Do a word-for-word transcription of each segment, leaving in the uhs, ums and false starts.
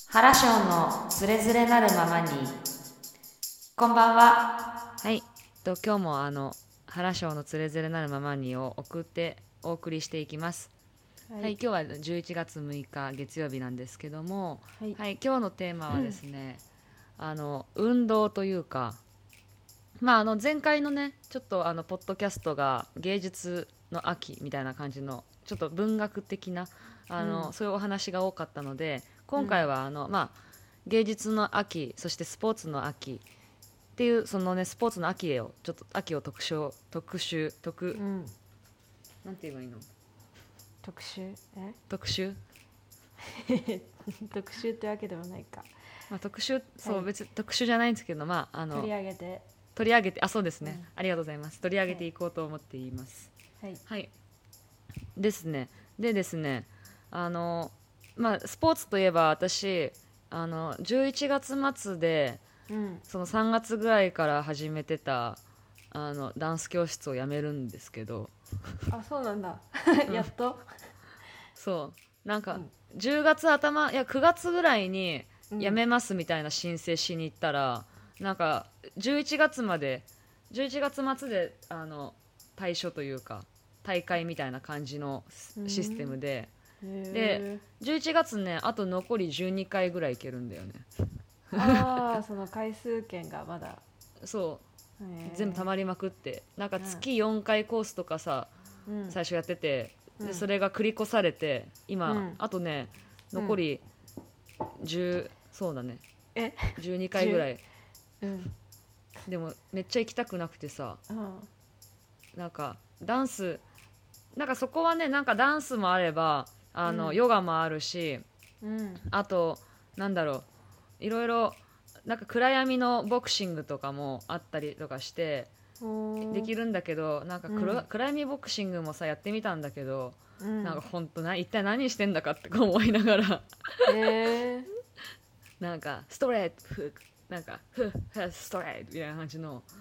原章のつれづれなるままに。こんばんは。 はい、と今日もあの原章のつれづれなるままにを送ってお送りしていきます。はい、はい、今日はじゅういちがつむいか月曜日なんですけども、はい、はい、今日のテーマはですね、うん、あの運動というか、まああの前回のねちょっとあのポッドキャストが芸術の秋みたいな感じのちょっと文学的なあの、うん、そういうお話が多かったので、今回はあの、うん、まあ芸術の秋、そしてスポーツの秋っていうそのねスポーツの秋をちょっと秋を特集特集特、うん、なんて言えばいいの？ 特集え特集特集ってわけでもないか。 まあ特集そう、はい、別に特集じゃないんですけど、まああの取り上げて取り上げてあそうですね、うん、ありがとうございます。取り上げていこうと思っています。 はい、 はい、ですね。でですねあのまあスポーツといえば私あのじゅういちがつ末で、うん、そのさんがつぐらいから始めてたあのダンス教室を辞めるんですけどあそうなんだやっとそうなんか、うん、じゅうがつ頭いやくがつぐらいに辞めますみたいな申請しに行ったら、うん、なんかじゅういちがつまでじゅういちがつ末であの対処というか大会みたいな感じのシステムで、うん、でじゅういちがつねあと残りじゅうにかいぐらい行けるんだよね。 ああその回数券がまだそう全部たまりまくってなんか月よんかいコースとかさ、うん、最初やっててでそれが繰り越されて今、うん、あとね残りじゅう、そうだねえじゅうにかいぐらい、うん、でもめっちゃ行きたくなくてさ、うん、なんかダンスなんかそこはねなんかダンスもあればあの、うん、ヨガもあるし、うん、あとなんだろういろいろなんか暗闇のボクシングとかもあったりとかしてできるんだけどなんか、うん、暗闇ボクシングもさやってみたんだけど、うん、なんかほんとな一体何してんだかって思いながらへなんかストレートフッなんかフッストレートみたいな感じの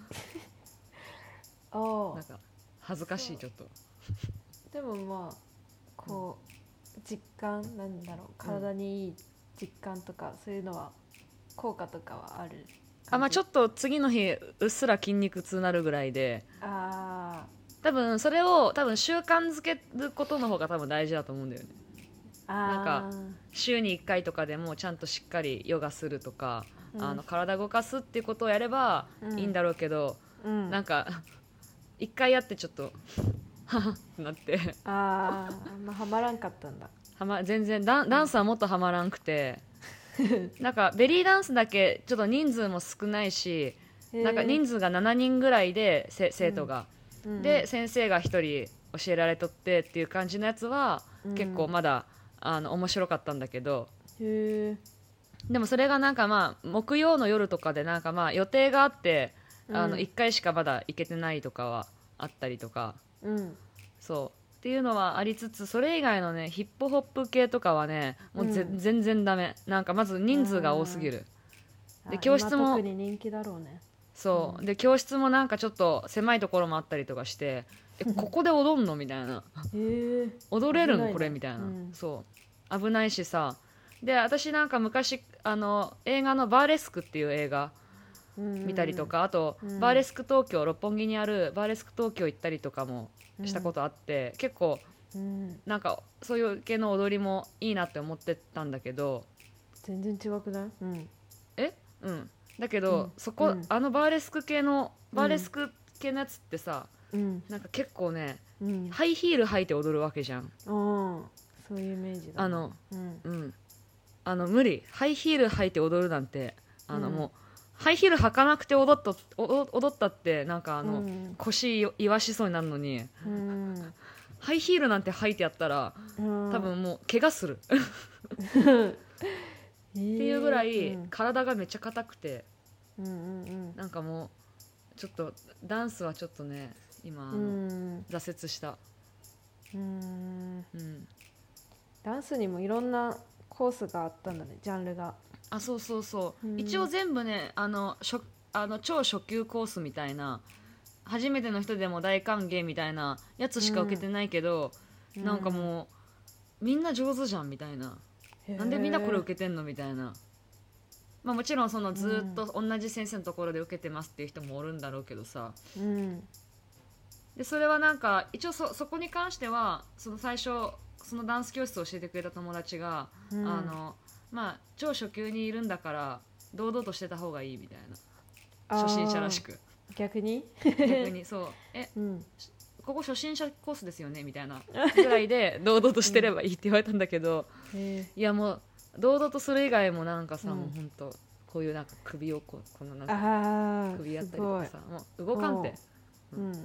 なんか恥ずかしいちょっとでもまあこう、うん、実感なんだろう体にいい実感とか、うん、そういうのは効果とかはあるあ、まあ、ちょっと次の日うっすら筋肉痛なるぐらいであ多分それを多分習慣づけることの方が多分大事だと思うんだよね。あなんか週にいっかいとかでもちゃんとしっかりヨガするとか、うん、あの体動かすっていうことをやればいいんだろうけど、うん、なんかいっかいやってちょっとははってなってああんまハマらんかったんだは、ま、全然ダン、ダンスはもっとハマらんくてなんかベリーダンスだけちょっと人数も少ないしなんか人数がしちにんぐらいで生徒が、うん、で先生がひとり教えられとってっていう感じのやつは、うん、結構まだあの面白かったんだけどへでもそれがなんかまあ木曜の夜とかでなんかまあ予定があって、うん、あのいっかいしかまだ行けてないとかはあったりとか、うん、そうっていうのはありつつそれ以外のねヒップホップ系とかはねもう、うん、全然ダメなんかまず人数が多すぎるで教室も特に人気だろうねそう、うん、で教室もなんかちょっと狭いところもあったりとかしてえここで踊んのみたいな踊れるん、ね、これみたいな、うん、そう危ないしさで私なんか昔あの映画のバーレスクっていう映画見たりとかあと、うん、バーレスク東京六本木にあるバーレスク東京行ったりとかもしたことあって、うん、結構、うん、なんかそういう系の踊りもいいなって思ってたんだけど全然違くない、うん、 えうんだけど、うん、そこ、うん、あのバーレスク系のバーレスク系のやつってさ、うん、なんか結構ね、うん、ハイヒール履いて踊るわけじゃん、 そういうイメージだ、ね、 あの、うんうん、あの無理ハイヒール履いて踊るなんてあの、もうハイヒール履かなくて踊った、踊ったってなんかあの、うん、腰言わしそうになるのに、うん、ハイヒールなんて履いてやったら、うん、多分もう怪我するっていうぐらい体がめっちゃ硬くて、うんうんうん、なんかもうちょっとダンスはちょっとね今あの、うん、挫折した、うん、 うん、ダンスにもいろんなコースがあったんだねジャンルがあそうそうそう、うん、一応全部ねあの初あの超初級コースみたいな初めての人でも大歓迎みたいなやつしか受けてないけど、うん、なんかもうみんな上手じゃんみたいななんでみんなこれ受けてんのみたいな。まあ、もちろんそのずっと同じ先生のところで受けてますっていう人もおるんだろうけどさ、 うん、 でそれはなんか一応 そ, そこに関してはその最初そのダンス教室を教えてくれた友達が、うん、あのまあ超初級にいるんだから堂々としてた方がいいみたいな、初心者らしく。 逆に逆にそうえ、 うん、 ここ初心者コースですよねみたいなぐらいで堂々としてればいいって言われたんだけど、うん、いやもう堂々とする以外もなんかさ、うん、もうほんとこういうなんか首をこうこのなんか首やったりとかさ、もう動かんて、 うんうんうん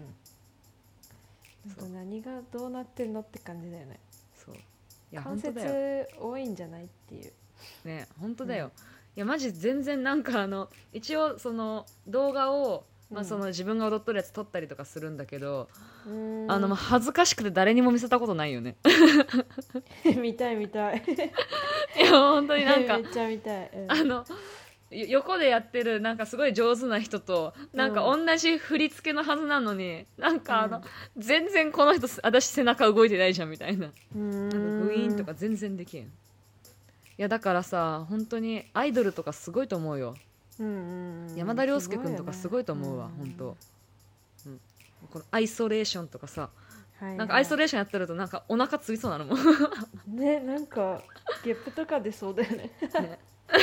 うん、何がどうなってんのって感じだよね。そういや関節多いんじゃないっていうね、本当だよ、うん、いやマジ全然なんかあの一応その動画を、まあ、その自分が踊っとるやつ撮ったりとかするんだけど、うん、あのまあ恥ずかしくて誰にも見せたことないよね見たい見たいいや本当になんかめっちゃ見たい、うん、 あの横でやってるなんかすごい上手な人となんか同じ振り付けのはずなのに、うん、なんかあの、うん、全然この人私背中動いてないじゃんみたいな、うん、なんかグイーンとか全然できん。いやだからさ本当にアイドルとかすごいと思うよ、うんうんうん、山田涼介くんとかすごいと思うわ、ね、本当、うん、このアイソレーションとかさ、はいはい、なんかアイソレーションやってるとなんかお腹ついそうなのもね、なんかゲップとか出そうだよねね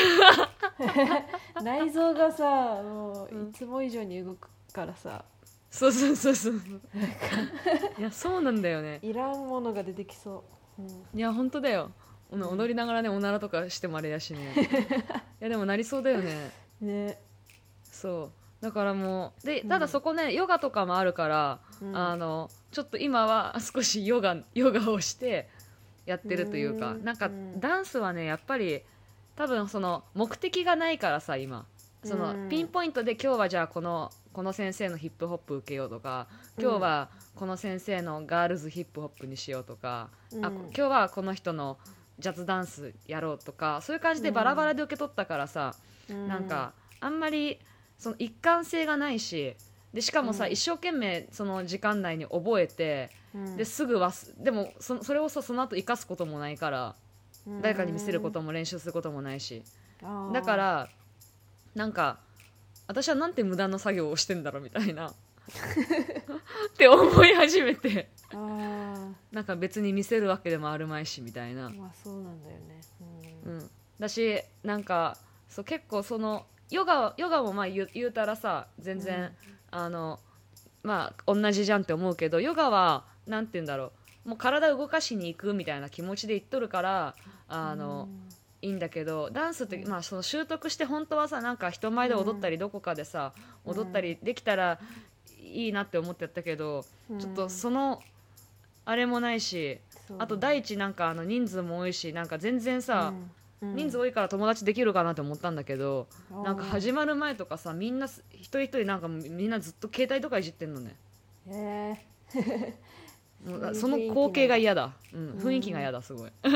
内臓がさもういつも以上に動くからさ、うん、 そうそうそうそういやそうなんだよね、 いらんものが出てきそう、うん、 いや本当だよ、うん、踊りながらねおならとかしてもあれやしねいやでもなりそうだよねね、 そうだからもうでただそこね、うん、ヨガとかもあるから、うん、あのちょっと今は少しヨガヨガをしてやってるというか、うん、なんかダンスはねやっぱり多分その目的がないからさ今そのピンポイントで今日はじゃあこのこの先生のヒップホップ受けようとか、今日はこの先生のガールズヒップホップにしようとか、うん、あ今日はこの人のジャズダンスやろうとか、そういう感じでバラバラで受け取ったからさ、うん、なんかあんまりその一貫性がないし、でしかもさ、うん、一生懸命その時間内に覚えて、うん、ですぐ忘でも そ, それをさその後生かすこともないから、うん、誰かに見せることも練習することもないし、だからなんか私はなんて無駄な作業をしてんだろうみたいなって思い始めてあなんか別に見せるわけでもあるまいしみたいな、 まあそうなんだよね、 うんうん、だしなんかそう結構そのヨガヨガもまあ 言, 言うたらさ全然、うん、あのまあ同じじゃんって思うけど、ヨガはなんて言うんだろう、もう体動かしに行くみたいな気持ちで言っとるからあの、うんいいんだけど、ダンスって、うんまあ、その習得して本当はさなんか人前で踊ったりどこかでさ、うん、踊ったりできたらいいなって思ってやったけど、うん、ちょっとそのあれもないし、うん、あと第一なんかあの人数も多いしなんか全然さ、うん、人数多いから友達できるかなって思ったんだけど、うん、なんか始まる前とかさみんな一人一人なんかみんなずっと携帯とかいじってんのね。へえもうその光景が嫌だ、うん、雰囲気が嫌だすごい、 うん、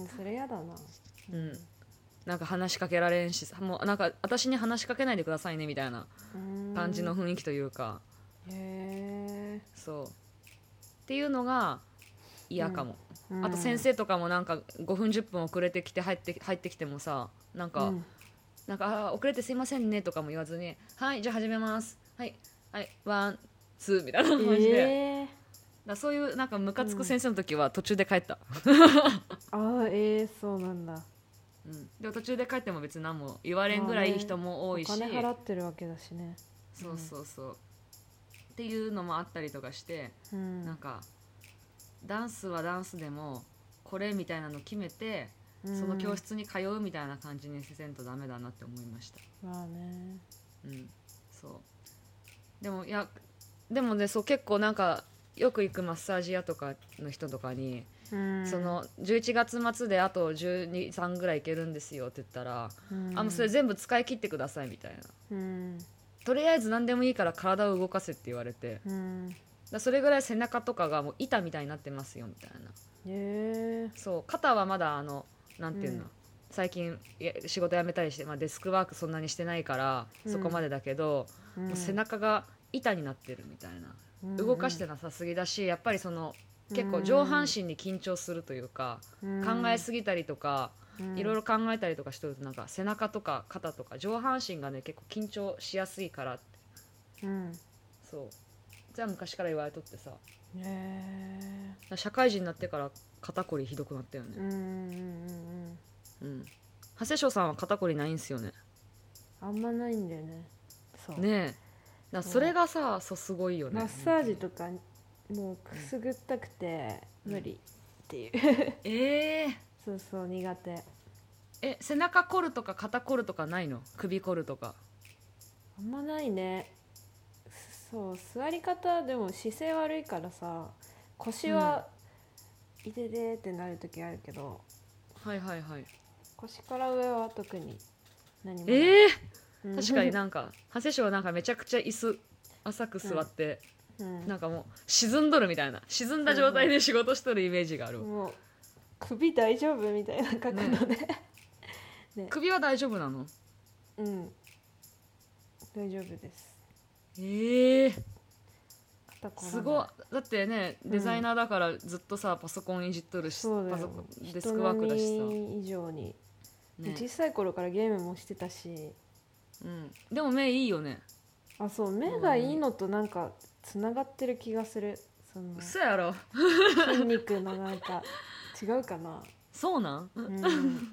それ嫌だなうん、なんか話しかけられんし、もうなんか私に話しかけないでくださいねみたいな感じの雰囲気というか、へーそうっていうのが嫌かも、うん、あと先生とかもなんかごふんじゅっぷん遅れてきて入って入ってきてもさなんか、うん、なんか遅れてすいませんねとかも言わずにはいじゃあ始めますはいはいワンツーみたいな感じで、えーだそういうなんかムカつく先生の時は途中で帰った、 うん、ああえー、そうなんだ、 うん、でも途中で帰っても別に何も言われんぐらい人も多いし、 お金払ってるわけだしね、 そうそうそう、うん、っていうのもあったりとかして、うん、なんかダンスはダンスでもこれみたいなの決めて、うん、その教室に通うみたいな感じにせんとダメだなって思いました。 まあね、 うんそうでもいやでもねそう結構なんかよく行くマッサージ屋とかの人とかに、うん、そのじゅういちがつ末であとじゅうに、さんぐらい行けるんですよって言ったら、うん、あもうそれ全部使い切ってくださいみたいな、うん、とりあえず何でもいいから体を動かせって言われて、うん、だそれぐらい背中とかがもう板みたいになってますよみたいな、へーそう肩はまだあのなんていうの、うん、最近仕事辞めたりして、まあ、デスクワークそんなにしてないからそこまでだけど、もう背中が板になってるみたいな、動かしてなさすぎだしやっぱりその結構上半身に緊張するというか、考えすぎたりとかいろいろ考えたりとかしてるとなんか背中とか肩とか上半身がね結構緊張しやすいからって、 うん、 そうじゃあ昔から言われとってさ、 へえ社会人になってから肩こりひどくなったよね。 うんうんうんうん。長谷翔さんは肩こりないんすよね。 あんまないんだよね。そうねえだそれがさそうすごいよね。 マッサージとかもうくすぐったくて無理っていう、 ええそうそう苦手。 え背中凝るとか肩凝るとかないの？首凝るとか。 あんまないね。そう座り方でも姿勢悪いからさ腰は、いててってなる時あるけど、 はいはいはい。 腰から上は特に何もない。 ええうん、 確かになんか長谷翔はなんかめちゃくちゃ椅子浅く座って、 うんうん、 なんかもう沈んどるみたいな沈んだ状態で仕事しとるイメージがある。 もう首大丈夫みたいな角度で、ねね、首は大丈夫なの？ うん大丈夫です。 ええ肩こらない。 すごい。だってねデザイナーだからずっとさパソコンいじっとるし、 そうだよ、 パソコンデスクワークだしさ、 人並み以上に、 ね、 小さい頃からゲームもしてたし、 うん、でも目いいよね。 あそう目がいいのとなんかつながってる気がする。その嘘やろ筋肉のなんか違うかな。 そうなん、 うん、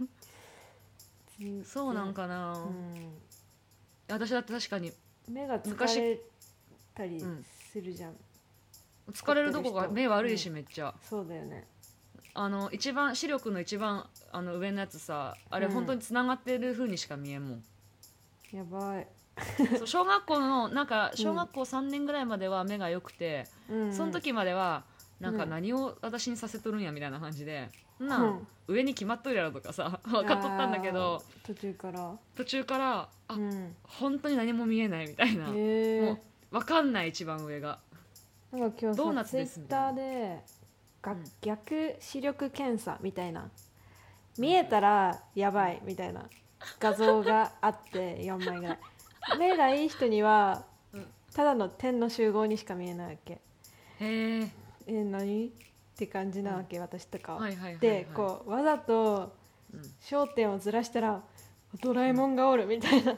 そうなんかな、 うん、 私だって確かに目が疲れたりするじゃん、 うん、疲れるとこが目悪いし、めっちゃそうだよね。 あの一番視力の一番あの上のやつさあれ本当につながってる風にしか見えんもん、 やばいそう小学校のなんか小学校さんねんぐらいまでは目が良くて、うん、その時まではなんか何を私にさせとるんやみたいな感じで、うん、なん上に決まっとるやろとかさ分かっとったんだけど、 途中から途中からあ、 うん、 本当に何も見えないみたいな、もう分かんない一番上がなんか今日ドーナツツイですみたいな。 ッターでが、うん、逆視力検査みたいな見えたらやばいみたいな画像があってよんまいぐらい目がいい人にはただの点の集合にしか見えないわけ。 へええ何って感じなわけ、うん、私とかは、 はいはいはいはい、 でこうわざと焦点をずらしたら、うん、ドラえもんがおるみたいな、うん、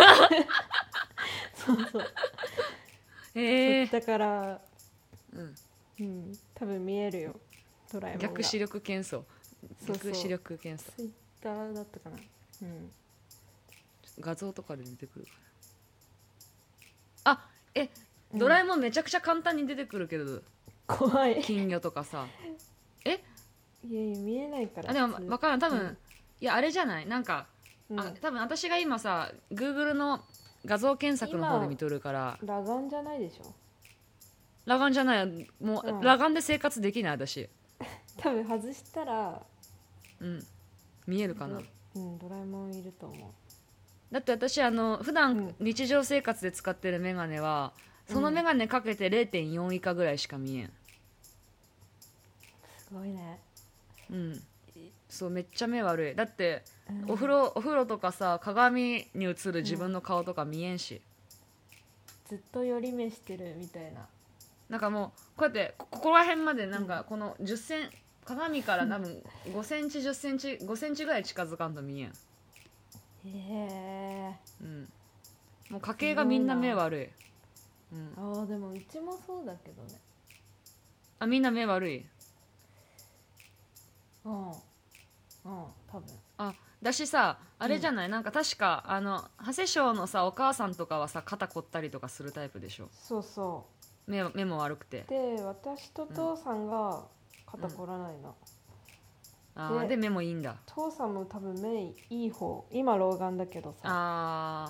そうそうへえだからうんうん、多分見えるよドラえもんが。 逆視力検査逆視力検査ツイッターだったかな、うん、 画像とかで出てくるかなあえドラえもんめちゃくちゃ簡単に出てくるけど、うん、 怖い金魚とかさえいやいや見えないから。 あでも分からん多分、うん、いやあれじゃないなんか、うん、あ多分私が今さ Google の画像検索の方で見とるから裸眼じゃないでしょ。 裸眼じゃないもう、うん、裸眼で生活できない私多分外したらうん見えるかな。 うんドラえもんいると思う。 だって私あの普段日常生活で使ってるメガネは、うん、そのメガネかけて れいてんよん 以下ぐらいしか見えん。 すごいね。 うんそうめっちゃ目悪い。だって、うん、お風呂お風呂とかさ鏡に映る自分の顔とか見えんし、 うん、ずっと寄り目してるみたいな。 なんかもうこうやってここら辺までなんかこのじゅっセン鏡から多分ごセンチじゅっセンチごセンチぐらい近づかんと見えん。へえ、 うん、もう家系がみんな目悪い、 うん、ああでもうちもそうだけどね。 あみんな目悪い。 うんうん多分あだしさあれじゃない、うん、なんか確かあの長谷翔のさお母さんとかはさ肩凝ったりとかするタイプでしょ。 そうそう目, 目も悪くてで私と父さんが肩凝らないの、 うん、あで, で目もいいんだ。 父さんも多分目いい方今老眼だけどさあ、うん、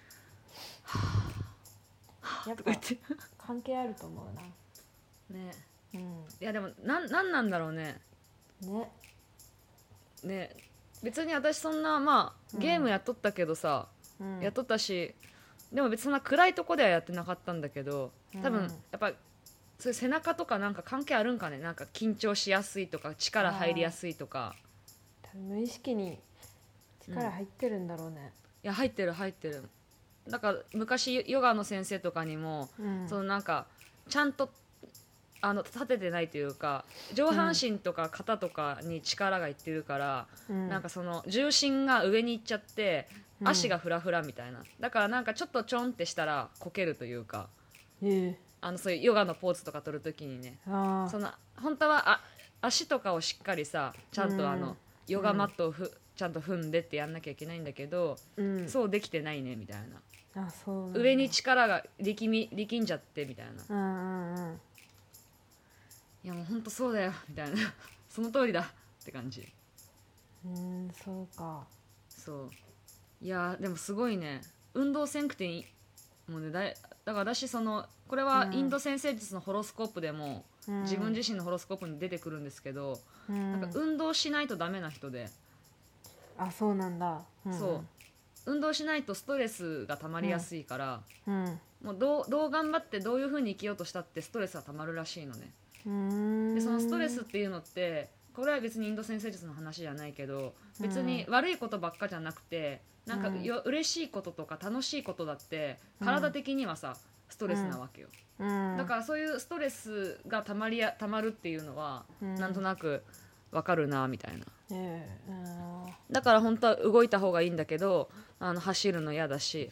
やっぱ関係あると思うなね、 うん、 いやでもな ん, なんなんだろうねねね別に私そんなまあゲームやっとったけどさ、うん、やっとったしでも別にそんな暗いとこではやってなかったんだけど多分やっぱそういう背中とかなんか関係あるんかね。なんか緊張しやすいとか力入りやすいとか多分無意識に力入ってるんだろうね、うん、いや入ってる入ってる。だから昔ヨガの先生とかにも、うん、そのなんかちゃんとあの立ててないというか上半身とか肩とかに力がいってるから、うん、なんかその重心が上に行っちゃって足がフラフラみたいな、だからなんかちょっとちょんってしたらこけるというか、えー、あのそういうヨガのポーズとか取るときにね、あその本当はあ足とかをしっかりさちゃんとあの、うん、ヨガマットをふ、うん、ちゃんと踏んでってやんなきゃいけないんだけど、うん、そうできてないねみたいな、あそう上に力が力み力んじゃってみたいな、うんうんうん、いやもうほんとそうだよみたいなその通りだって感じ。 うーんそうか。 そういやでもすごいね運動せんくていいもうねだだから私そのこれはインド先生術のホロスコープでも、うん、自分自身のホロスコープに出てくるんですけど、うん、なんか運動しないとダメな人で、 あそうなんだ、 うん、そう運動しないとストレスが溜まりやすいから、うんうん、もうどう、どう頑張ってどういう風に生きようとしたってストレスは溜まるらしいのね。うーんでそのストレスっていうのってこれは別にインド先生術の話じゃないけど別に悪いことばっかじゃなくてなんかよ、うん、嬉しいこととか楽しいことだって体的にはさストレスなわけよ、うん、だからそういうストレスがたまりやたまるっていうのは、うん、なんとなくわかるなみたいな、うん、だから本当は動いた方がいいんだけどあの走るの嫌だし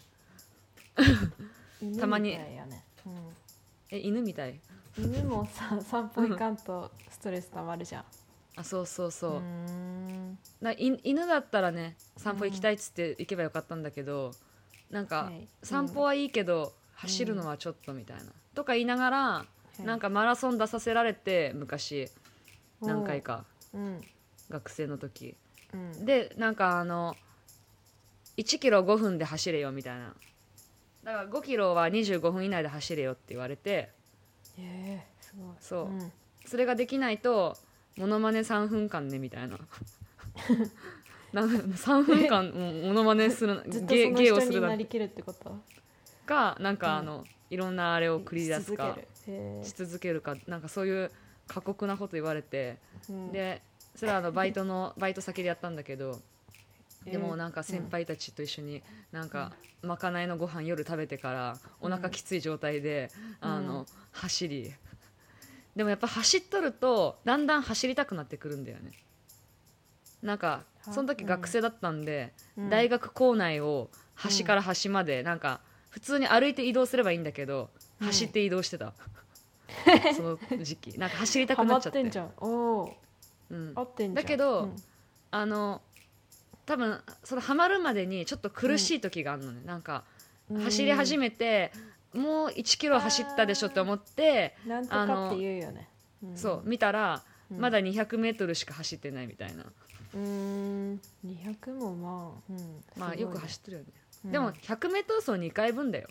たまに犬みたいやね、うん、 え犬みたい犬もさ散歩行かんとストレスたまるじゃんあそうそうそう、うーんだ犬だったらね散歩行きたいっつって行けばよかったんだけど、うん、なんか、はい、散歩はいいけど、うん、走るのはちょっとみたいな、うん、とか言いながら、はい、なんかマラソン出させられて昔何回か、うん、学生の時、うん、でなんかあのいちキロごふんで走れよみたいなだからごキロはにじゅうごふん以内で走れよって言われて、 えー、すごいそう、うん、それができないとモノマネさんぷんかんねみたいななんさんぷんかんモノマネする芸芸をするなりきるってことかなんかあの、うん、いろんなあれを繰り出すかし続けるかなんかそういう過酷なこと言われて、うん、でそれはあのバイトのバイト先でやったんだけどでもなんか先輩たちと一緒になんかまかないのご飯夜食べてからお腹きつい状態で、うん、あの走りでもやっぱ走っとるとだんだん走りたくなってくるんだよね。なんかその時学生だったんで、うん、大学構内を端から端までなんか普通に歩いて移動すればいいんだけど、うん、走って移動してたその時期なんか走りたくなっちゃってハマってんじゃんおー、 うん、合ってんじゃんだけど、うん、あの多分そのハマるまでにちょっと苦しい時があるのね、うん、なんか走り始めて、もういちキロ走ったでしょって思ってなんとかって言うよね、 うん、そう見たら、うん、まだにひゃくメートルしか走ってないみたいな、 うーんにひゃくもまあ、うん、 まあよく走ってるよね、うん、でもひゃくメートル走にかいぶんだよ、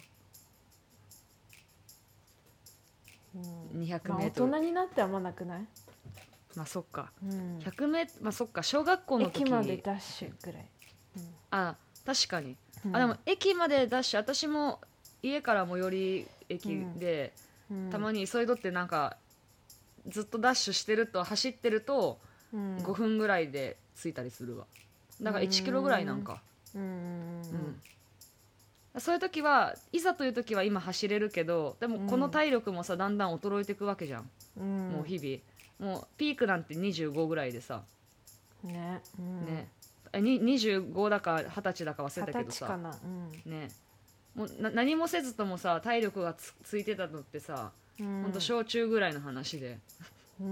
うん、にひゃくメートル、 まあ、大人になってあんまなくない？ まあそっか、うん、ひゃくメートルまあそっか小学校の時駅までダッシュぐらい、 うん、あ確かに、うん、あでも駅までダッシュ私も家から最寄り駅で、うんうん、たまにそういうのってなんかずっとダッシュしてると走ってるとごふんぐらいで着いたりするわ。だからいちキロぐらいなんか、うんうんうん、そういう時はいざという時は今走れるけどでもこの体力もさだんだん衰えていくわけじゃん、うん、もう日々もうピークなんてにじゅうごぐらいでさね、うん、 ねににじゅうごだかはたちだか忘れたけどさ、 はたちかな、うん、 ねもうな何もせずともさ体力が つ, ついてたのってさ、うん、ほんと小中ぐらいの話で、 うん、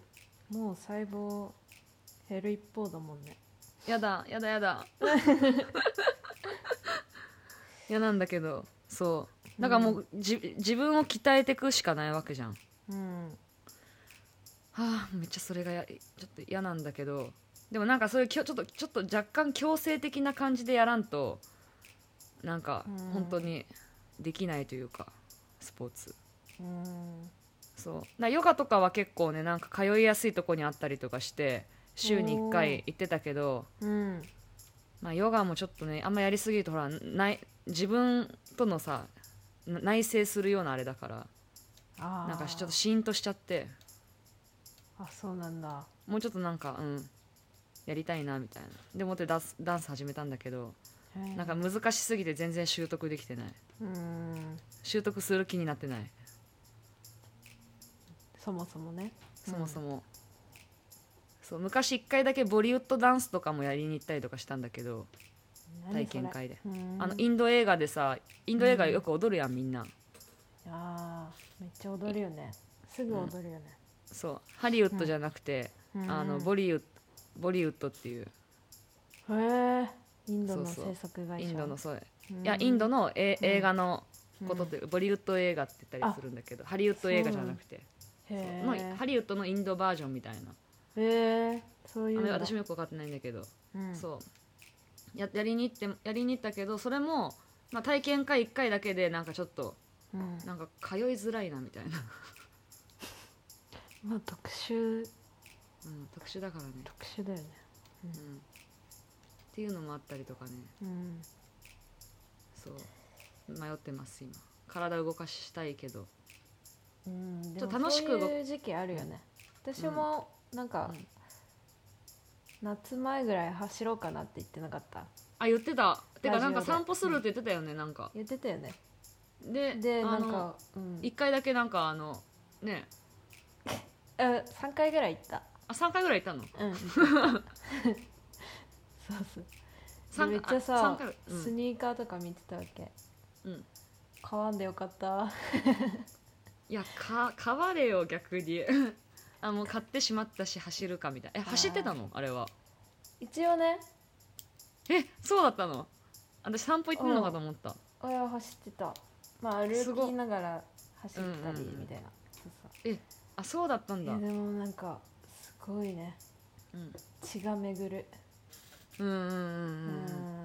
もう細胞減る一方だもんね。 やだやだやだ嫌なんだけどそうだからもう、うん、じ自分を鍛えていくしかないわけじゃん、うん、はあめっちゃそれがやちょっと嫌なんだけどでもなんかそういうちょっとちょっと若干強制的な感じでやらんとなんか本当にできないというかスポーツ、うん、そうだヨガとかは結構ねなんか通いやすいとこにあったりとかして週にいっかい行ってたけど、うんまあ、ヨガもちょっとねあんまやりすぎるとほらない自分とのさ内省するようなあれだからあなんかちょっとシーンとしちゃってあそうなんだもうちょっとなんかうんやりたいなみたいなでもってダンス、ダンス始めたんだけどなんか難しすぎて全然習得できてない。うん習得する気になってない。 そもそもね。 そもそも、うん、そう昔一回だけボリウッドダンスとかもやりに行ったりとかしたんだけど、体験会であのインド映画でさ、インド映画よく踊るやん、みんな。 あーめっちゃ踊るよね、すぐ踊るよね、 うん、そうハリウッドじゃなくて、うん、あのボリウッドボリウッドっていう、 へえインドの制作会社。 インドのそういやインドのえ、うん、映画のことって、うん、ボリウッド映画って言ったりするんだけど、ハリウッド映画じゃなくて、へのハリウッドのインドバージョンみたいな。 へえそういうの私もよく分かってないんだけど、うん、そうや, やりに行ってやりに行ったけど、それも、まあ、体験会いっかいだけでなんかちょっと、うん、なんか通いづらいなみたいなまあ特殊、 うん、特殊だからね。 特殊だよね、うんうん、 っていうのもあったりとかね、うん、そう迷ってます今。体動かしたいけど、 うん、でもそういう時期あるよね、うん、私もなんか、うん、夏前ぐらい走ろうかなって言ってなかった？ あ言ってた。てかなんか散歩するって言ってたよね、うん、なんか言ってたよね。 ででなんか、うん、 いっかいだけなんかあのねあさんかいぐらい行った。 あさんかいぐらい行ったの？ うんそうそうめっちゃさ、うん、スニーカーとか見てたわけ、うん、買わんでよかったいやか買われよ逆にあもう買ってしまったし走るかみたいな。え走ってたのあれは？ 一応ね。 えそうだったの？私散歩行ってんのかと思った。 あいや走ってた。まあ歩きながら走ったりみたいな、うんうん、そうそうえあそうだったんだ。 でもなんかすごいね、うん、血が巡る。うんうんうん、うん、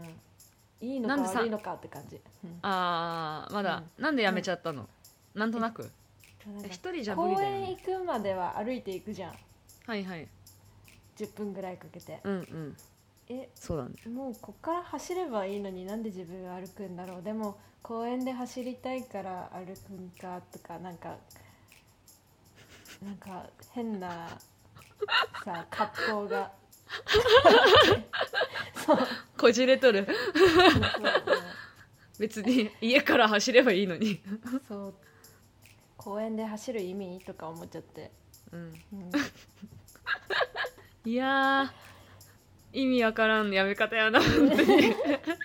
いいのか悪いのかって感じ、うん、 ああまだ、うん、なんでやめちゃったの、うん、なんとなく一人じゃ無理だよね。 公園行くまでは歩いていくじゃん。 はいはいじゅっぷんぐらいかけて、 うんうんえそうだね。 もうこっから走ればいいのになんで自分歩くんだろう。でも公園で走りたいから歩くんかとかなんかなんか変なさ葛藤がそうこじれとる別に家から走ればいいのにそう公園で走る意味とか思っちゃって、うんうん、 いや意味わからんやめ方やな本当に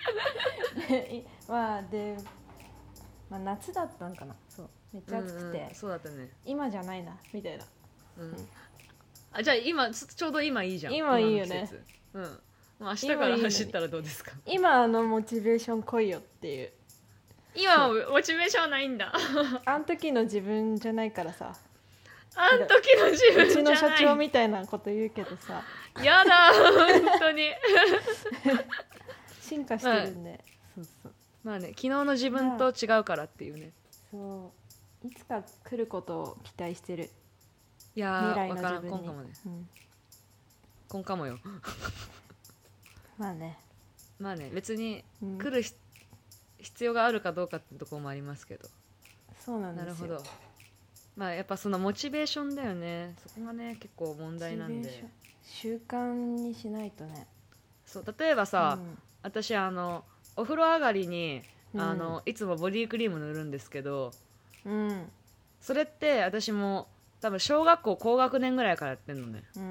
まあで、まあ、夏だったんかな。そうめっちゃ暑くて、うんうん、 そうだったね。 今じゃないなみたいな、うん、 あじゃあ今ちょうど今いいじゃん。 今いいよね。 うん。明日から走ったらどうですか？ 今のモチベーション来いよっていう。 今モチベーションないんだあん時の自分じゃないからさ。 あん時の自分じゃない。 うちの社長みたいなこと言うけどさ。 やだ本当に進化してるんで、まあ、そうそうまあね昨日の自分と違うからっていうね、 まあ、そういつか来ることを期待してる。 いやー分からん今かもね、うん、今かもよまあねまあね別に来る、うん、必要があるかどうかってところもありますけど。 そうなんですよ。 なるほど。まあやっぱそのモチベーションだよね。そこがね結構問題なんで習慣にしないとね。 そう例えばさ、うん、私あのお風呂上がりに、うん、あのいつもボディクリーム塗るんですけど、うん、それって私も多分小学校高学年ぐらいからやってんのね、うん、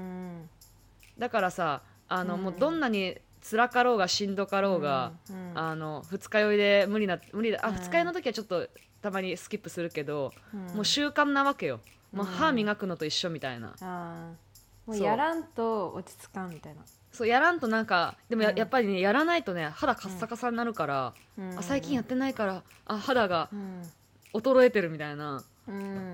だからさあの、うん、もうどんなに辛かろうがしんどかろうが、うんうん、あの二日酔いで無理な無理だあ、うん、二日酔いの時はちょっとたまにスキップするけど、うん、もう習慣なわけよ。もう歯磨くのと一緒みたいな、うん、あもうやらんと落ち着かんみたいな。 そうやらんとなんかでも や,、うん、やっぱりねやらないとね肌カッサカサになるから、うん、あ最近やってないからあ肌が衰えてるみたいな、うん、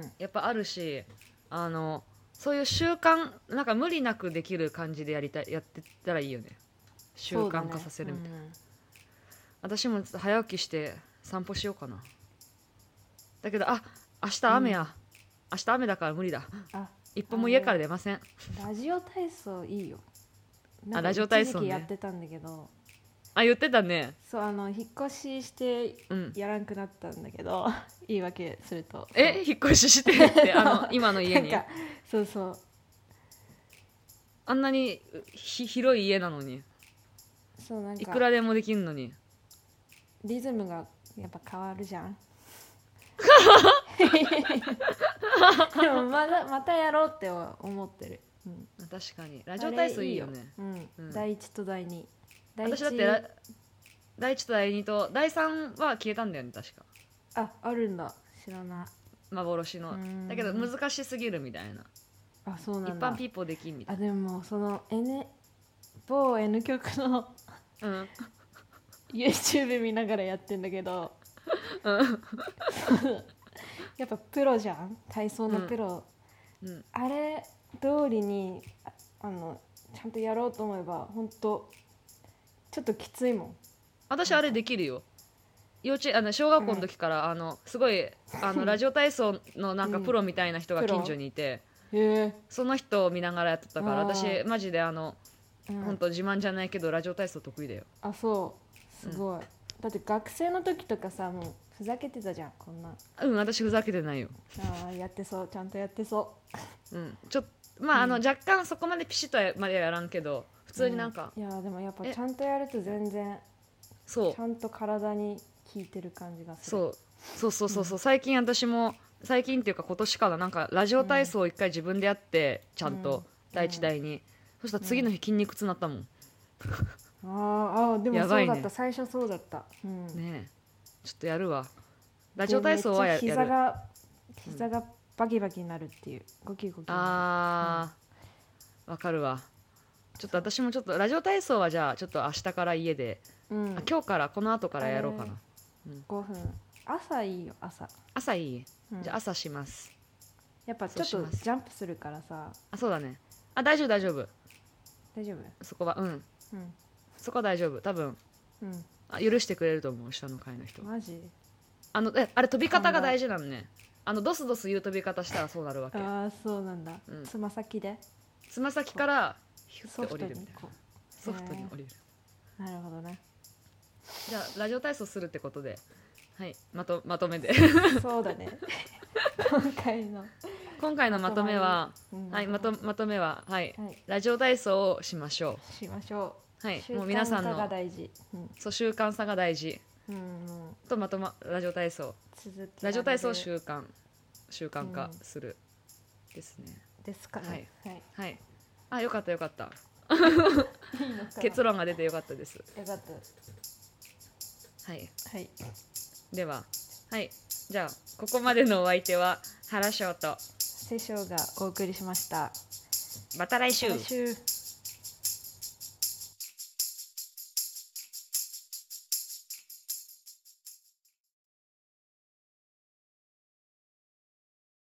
やっぱあるしあのそういう習慣なんか無理なくできる感じでやりたいやってたらいいよね。習慣化させるみたいな、ねうん、私も早起きして散歩しようかな。だけどあ明日雨や、うん、明日雨だから無理だ。あ一歩も家から出ません。 ラジオ体操いいよ。 あラジオ体操ね一時期やってたんだけど。 あ言ってたね。 そうあの引っ越ししてやらんくなったんだけど、うん、言い訳するとえ引っ越ししてってあの今の家になんかそうそうあんなにひ広い家なのにそうなんかいくらでもできるのにリズムがやっぱ変わるじゃんでもまだまたやろうっては思ってる、うん、 確かにラジオ体操いいよね。 いいよ、うんうん、だいいちとだいにだいいち私だってだいいちとだいにとだいさんは消えたんだよね確か。 あ、あるんだ、知らない。 幻のだけど難しすぎるみたいな。 あ、そうなんだ。 一般ピーポーできんみたいな。あ、でもその N 某 N 曲の、うん、YouTube 見ながらやってんだけど、うん、やっぱプロじゃん、体操のプロ、うんうん、あれ通りに あ, あのちゃんとやろうと思えば本当ちょっときついもん。 私あれできるよ。幼稚あの小学校の時から、うん、あのすごいあのラジオ体操のなんかプロみたいな人が近所にいて、うん、その人を見ながらやってたから私マジであの、うん、本当自慢じゃないけどラジオ体操得意だよ。 あ、そうすごい、うん、だって学生の時とかさもうふざけてたじゃんこんな。 うん、私ふざけてないよ。 あ、やってそう、ちゃんとやってそう。 うん、ちょっとまあ、うん、あの若干そこまでピシッとまではやらんけど普通になんか、 うん、いやでもやっぱちゃんとやると全然そうちゃんと体に効いてる感じがする。 そうそうそうそうそう、うん、最近私も最近っていうか今年からなんかラジオ体操を一回自分でやって、うん、ちゃんと第一第二、うん、そしたら次の日筋肉痛なったもん、 うん、ああでもそうだった、ね、最初そうだった、うん、 ねえちょっとやるわ。ラジオ体操はやる。 膝が膝がバキバキになるっていう、ゴキゴキ。 あー、わ、うん、かるわ。ちょっと私もちょっとラジオ体操はじゃあちょっと明日から家で、うん、あ今日からこの後からやろうかな、 えーうん、ごふん朝いいよ。朝朝いい、うん、じゃあ朝します。 やっぱちょっとジャンプするからさ。 あ、そうだね。あ、大丈夫大丈夫大丈夫そこは、うん、うん、そこは大丈夫多分、うん、あ許してくれると思う下の階の人。 マジあのえあれ飛び方が大事なのね。あのドスドスいう飛び方したらそうなるわけ。 ああそうなんだ、うん、つま先でつま先からヒュッて降りるみたいな。ソフトに降りる。 なるほどね。 じゃあラジオ体操するってことで、はい、まとまとめでそうだね今回の今回のまとめは、うん、はい、まとまとめは、はい、はい、ラジオ体操をしましょうしましょう。はい、もう皆さんの習慣化が大事、うん、 そう習慣さが大事、うんうん、とまとまラジオ体操ラジオ体操を習慣習慣化する、うん、ですね。 ですかね。 はい、はいはい、あよかったよかった結論が出てよかったです。 よかった。 はい、 はい、 では、はい、じゃあここまでのお相手は原翔と瀬翔がお送りしました。 また来週。 また来週。